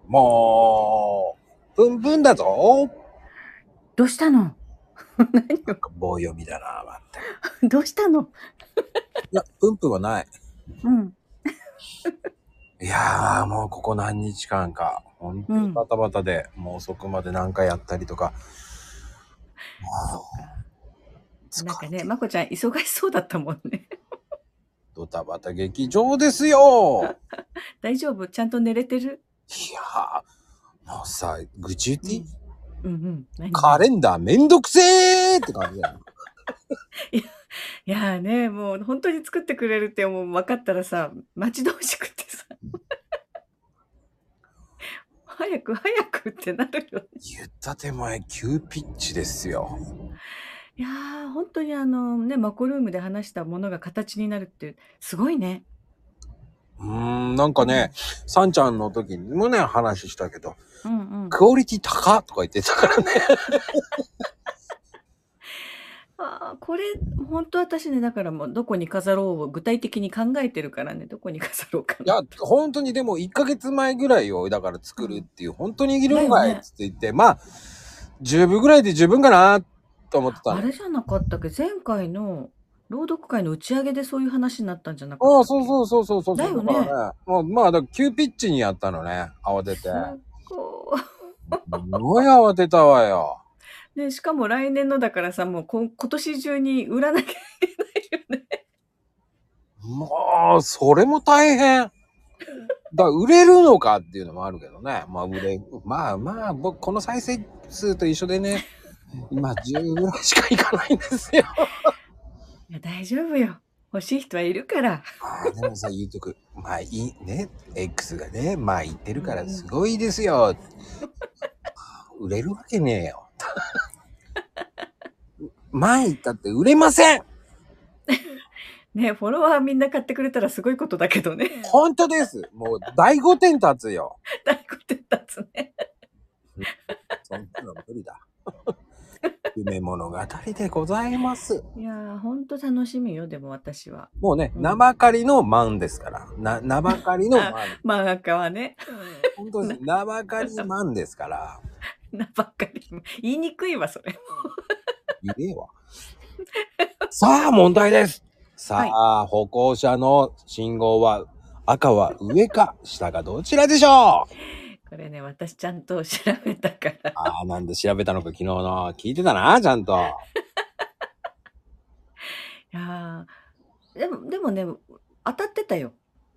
もう、プンプンだぞ。 どうしたの？何なんか棒読みだな、待って。 をどうしたの？ いや、プンプンはない。 うん。 いやー、もうここ何日間か、本当にバタバタで、もう遅くまで何回やったりとか。 そっか。 疲なんかね、 れてる。 まこちゃん忙しそうだったもんね。 ドタバタ劇場ですよ。 大丈夫？ちゃんと寝れてる？ いやー、もうさ、愚痴言っていい？ うんうん。 カレンダーめんどくせーって感じだよ。 いやーね、もう本当に作ってくれるってもう分かったらさ、待ち遠しくってさ、早く早くってなるよね。 言った手前、急ピッチですよ。 いやー、本当にね、マコルームで話したものが形になるってすごいね。 なんかね、サンちゃんの時にもね、話したけど、 うんうん。 クオリティ高っとか言ってたからね。 ああ、これ、本当私ね、だからもうどこに飾ろうを具体的に考えてるからね、どこに飾ろうかいや、 なって。 本当にでも1ヶ月前ぐらいを、だから作るっていう、本当にいるんかいっだよね。 つって言って、まあ、10分ぐらいで十分かなと思ってたの。 あれじゃなかったっけ、前回の朗読会の打ち上げでそういう話になったんじゃなかっああ、 たっけ？ そうそうそうそうそうそう。だだよね。 からね、もうまあ、だから急ピッチにやったのね、慌てて。 すっごい。 すごい慌てたわよ。 ね、しかも来年のだからさ、もう今年中に売らなきゃいけないよね。 もう、それも大変。だから売れるのかっていうのもあるけどね。まあまあ、僕、この再生数と一緒でね、今10ぐらいしかいかないんですよ。 いや、大丈夫よ。欲しい人はいるから。 ああ、でもさ、言うとく。まあいいね。X がね、まあ言ってるからうんうん。 すごいですよ。売れるわけねえよ。前言ったって売れません。 ね、フォロワーみんな買ってくれたらすごいことだけどね。 本当です。もう第5点立つよ。 大悟って立つね。 そんなの無理だ。夢物語でございます。 いやー、ほんと楽しみよ、でも私は。 もうね、 うん。 名ばかりのマンですから。名ばかりのあ、 マン。 漫画家はね。 本当です。 な名ばかりマンですから。 ばっかり。言いにくいわ、それ。 言えわ。さあ、問題です。さはい。 あ、歩行者の信号は、赤は上か下かどちらでしょう？ これね、私ちゃんと調べたから。 ああ、なんで調べたのか昨日の。聞いてたな、ちゃんと。 いやー、でもね、当たってたよ。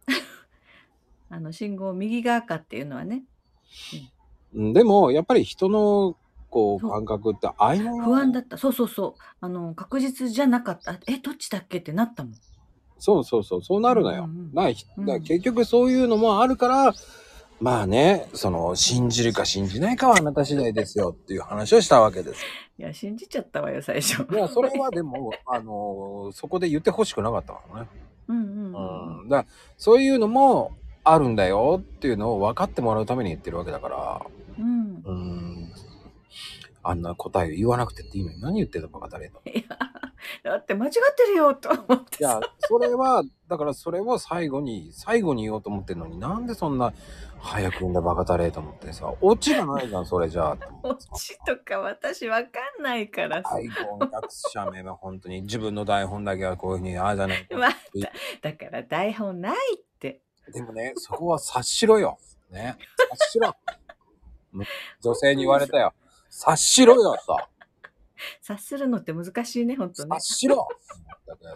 信号右が赤っていうのはね。うん。 でも、やっぱり人の、こう、 そう。 感覚って曖昧なのよ。 不安だった。そうそうそう。確実じゃなかった。どっちだっけってなったもん。 そうそうそう、そうなうんるのよ。 うんだうん。 から結局そういうのもあるから、まあね、信じるか信じないかはあなた次第ですよっていう話をしたわけです。 いや、信じちゃったわよ、最初。 いや、それはでも、そこで言ってほしくなかったからね。 うんうんうんうん。 だからそういうのもあるんだよっていうのを分かってもらうために言ってるわけだから、 うん。 あんな答えを言わなくてっていいのに何言ってんのバカだれと。 いや、だって間違ってるよと思ってさ。 いや、それは、だからそれを最後に言おうと思ってるのになんでそんな早く言うんだバカだれと思ってさ、オチがないじゃん、それじゃあ。と思ってオさチとか私わかんないからさ。 最後に訳す者名は本当に自分の台本だけはこういうふうに、ああじゃないか。 また、だから台本ないって。 でもね、そこは察しろよ。ね。察しろ。女本性に当にさ、 言われたよ。察しろよと。 察するのって難しいね、ほんとね。 察しろ。だから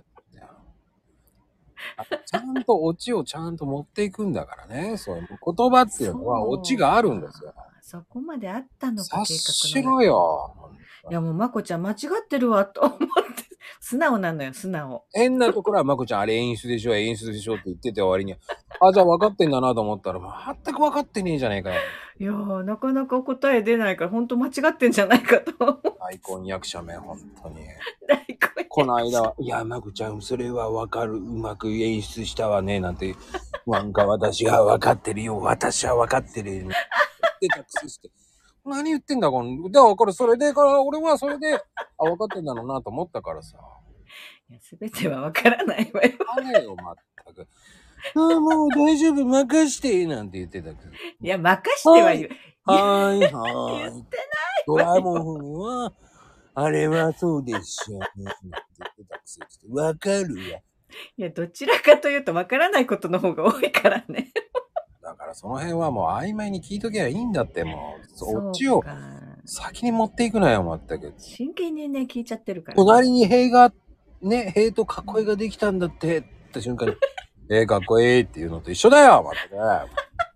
ちゃんとオチをちゃんと持っていくんだからね。そういう言葉っていうのはオチそうがあるんですよ。 か。そこまであったのか、 察計画のしろ中に。 よ。 いやもうまこちゃん間違ってるわと思って。素直なのよ、素直。 変なところはまこちゃんあれ演出でしょ演出でしょって言ってて終わりに。あ、じゃあ分かってんだなと思ったら、全く分かってねえじゃねえかよ。 いやー、なかなか答え出ないから、ほんと間違ってんじゃないかと思う。 大根役者名、本当に。 大根この役者。 間は、いや、まこちゃん、それは分かる。うまく演出したわね。なんて、なんか私が分かってるよ。私は分かってるよ。ってたくせして。何言ってんだ、だからそれでから、俺はそれで、分かってんだろうなと思ったからさ。 いや、全てはわからないわよ。 あねえよ、まったく。 もう大丈夫、任してなんて言ってたけど。 いや、任しては言う。 はーい、 言はーい。 ってドラえもんには、あれはそうでしょうね。なんて言ってたくせして、わかるわ。 いや、どちらかというとわからないことの方が多いからね。 だからその辺はもう曖昧に聞いときゃいいんだって、もう。そっちをそうか。 先に持っていくなよ、まったく。 真剣にね、聞いちゃってるから、ね。 隣に塀が、ね、塀と囲いができたんだってって瞬間に、かっこいいっていうのと一緒だよ、まったく。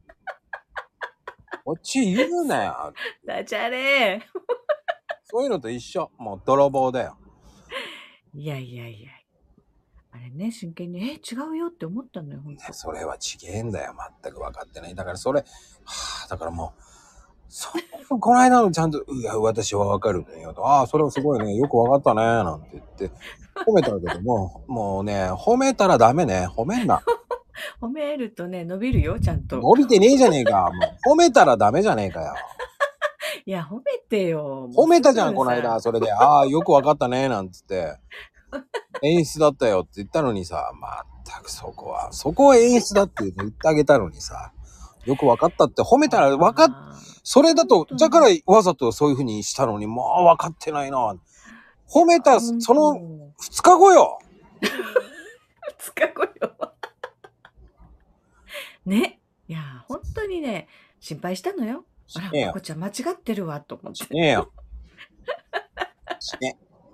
こっち言うなよ。 ダジャレ。 そういうのと一緒。もう泥棒だよ。 いやいやいや。あれね、真剣に、違うよって思ったのよ、ほんと。 それはちげえんだよ。全く分かってない。だからそれ、だからもう、この間のちゃんと、いや、私は分かるねよと。ああ、それはすごいね。よく分かったね。なんて言って、褒めたけども、もうね、褒めたらダメね。褒めんな。 褒めるとね、伸びるよ、ちゃんと。 伸びてねえじゃねえか。もう褒めたらダメじゃねえかよ。 いや、褒めてよ。 褒めたじゃん、この間。それで、ああ、よく分かったね。なんつって。演出だったよって言ったのにさ、まったくそこは演出だって言ってあげたのにさ、よく分かったって褒めたらそれだと、だからわざとそういう風にしたのに、もう分かってないな。褒めた、その2日後よ。 2日後よ。ね。いや、本当にね、心配したのよ。あら、ここちゃん間違ってるわ、と思って。 ねえよ。ね。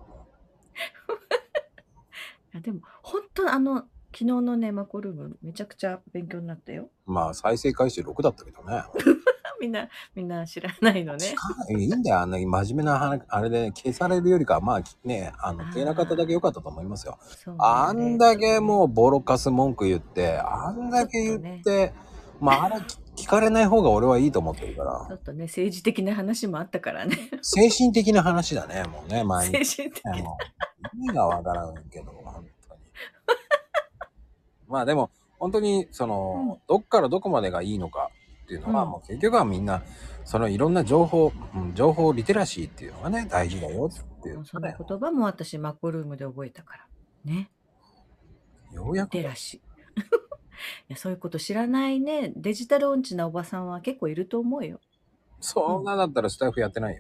でも、本当昨日のね、マコルーム、めちゃくちゃ勉強になったよ。 まあ、再生回数6だったけどね。 みんな知らないのね。 いいんだよ、あんなに真面目なあれで消されるよりかは、まあね、消えなかっただけ良かったと思いますよ。あんだけもうボロカス文句言って、あんだけ言って、まあ、あれ聞かれない方が俺はいいと思ってるから。 ちょっとね、政治的な話もあったからね。 精神的な話だね、もうね、前に。 精神的な。 意味がわからんけど、本当に。まあでも、本当に、どっからどこまでがいいのかっていうのは、もう結局はみんな、いろんな情報リテラシーっていうのがね、大事だよっていう、ね。 その言葉も私、マコルームで覚えたから。ね。 ようやく。 リテラシー。いや、そういうこと知らないね、デジタル音痴なおばさんは結構いると思うよ。 そんなだったらスタッフやってないよ。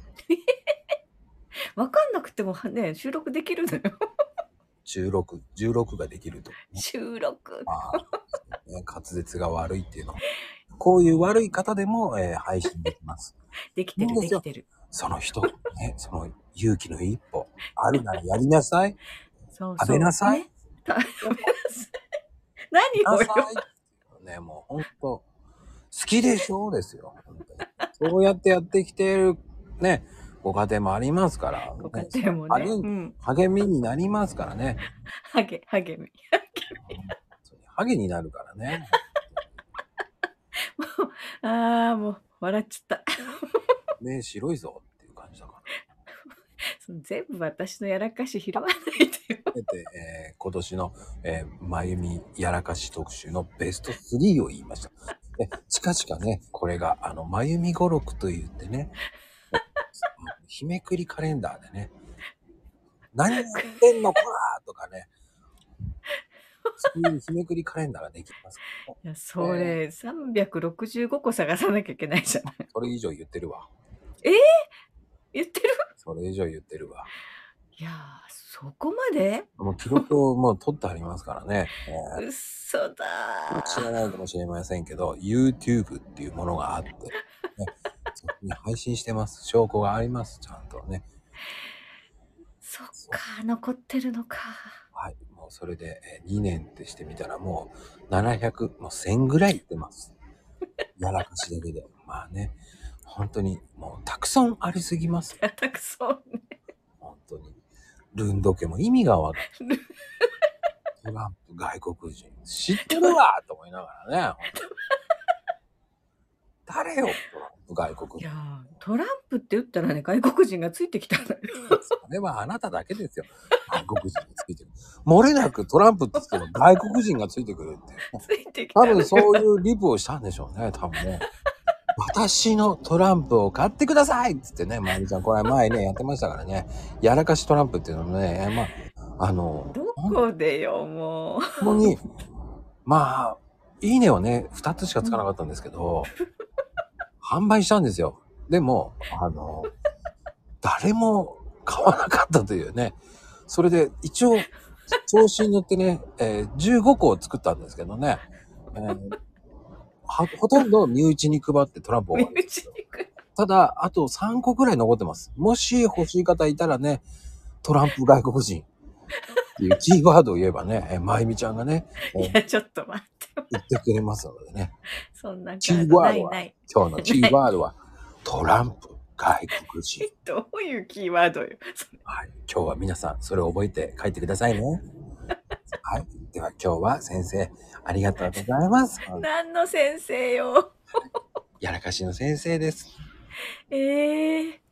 わかんなくてもね、収録できるのよ。 16ができると、ね。 収録。 滑舌が悪いっていうの。こういう悪い方でも、配信できます。 できてる、できてる。 その人、ね、その勇気の一歩、あるならやりなさい。 そう食べなさい。 ね、食べなさい。何をよ。 ね、もう本当好きでしょうですよ。本当にそうやってやってきてるね、ご家庭もありますから。 ご家庭もね。 励みになりますからね。 励み。 励になるからね。 もう笑っちゃった。 目白いぞっていう感じだから。 全部私のやらかし拾わないでよ。 今年の、まゆみやらかし特集のベスト3を言いました。近々ね、これがまゆみ語録と言ってね、日めくりカレンダーでね、何やってんのこらとかね、そういう日めくりカレンダーができます。 いや、それ、365個探さなきゃいけないじゃない。 それ以上言ってるわ。 言ってる？ それ以上言ってるわ。 いやー、そこまで？ もう記録をもう取ってありますからね。 嘘だー。知らないかもしれませんけど、YouTube っていうものがあって、ね、そこに配信してます。証拠があります、ちゃんとね。 そっか、残ってるのか。 はい。もうそれで2年ってしてみたらもう700、もう1000ぐらいいってます。やらかしだけで。まあね。本当にもうたくさんありすぎます。 たくさんね。 本当に。ルンド家も意味がわかる。トランプ外国人。知ってるわと思いながらね。誰よ、トランプ外国人。 いやトランプって言ったらね、外国人がついてきたんだよ。 それはあなただけですよ。外国人がついてくる。漏れなくトランプって言っても外国人がついてくるって。 ついてきた。 多分そういうリプをしたんでしょうね、多分ね。私のトランプを買ってくださいっつってね、まゆみちゃん、これ前ね、やってましたからね。やらかしトランプっていうのもね、 どこでよ、もう。 本当に、 まあ、いいねはね、2つしかつかなかったんですけど、販売したんですよ。でも、誰も買わなかったというね。それで、一応、調子に乗ってね、15個を作ったんですけどね。ほとんど身内に配ってトランプを終わりですよ。ただ、あと3個ぐらい残ってます。もし欲しい方いたらね、トランプ外国人っていうキーワードを言えばね、まゆみちゃんがね、 いや、ちょっと待って。 言ってくれますのでね。 そんなカキードーワードは、 ないない。 今日のキーワードは、トランプ外国人。 どういうキーワードよ。 はい。今日は皆さん、それを覚えて書いてくださいね。はい。では今日は先生、ありがとうございます。 何の先生よ。 やらかしの先生です。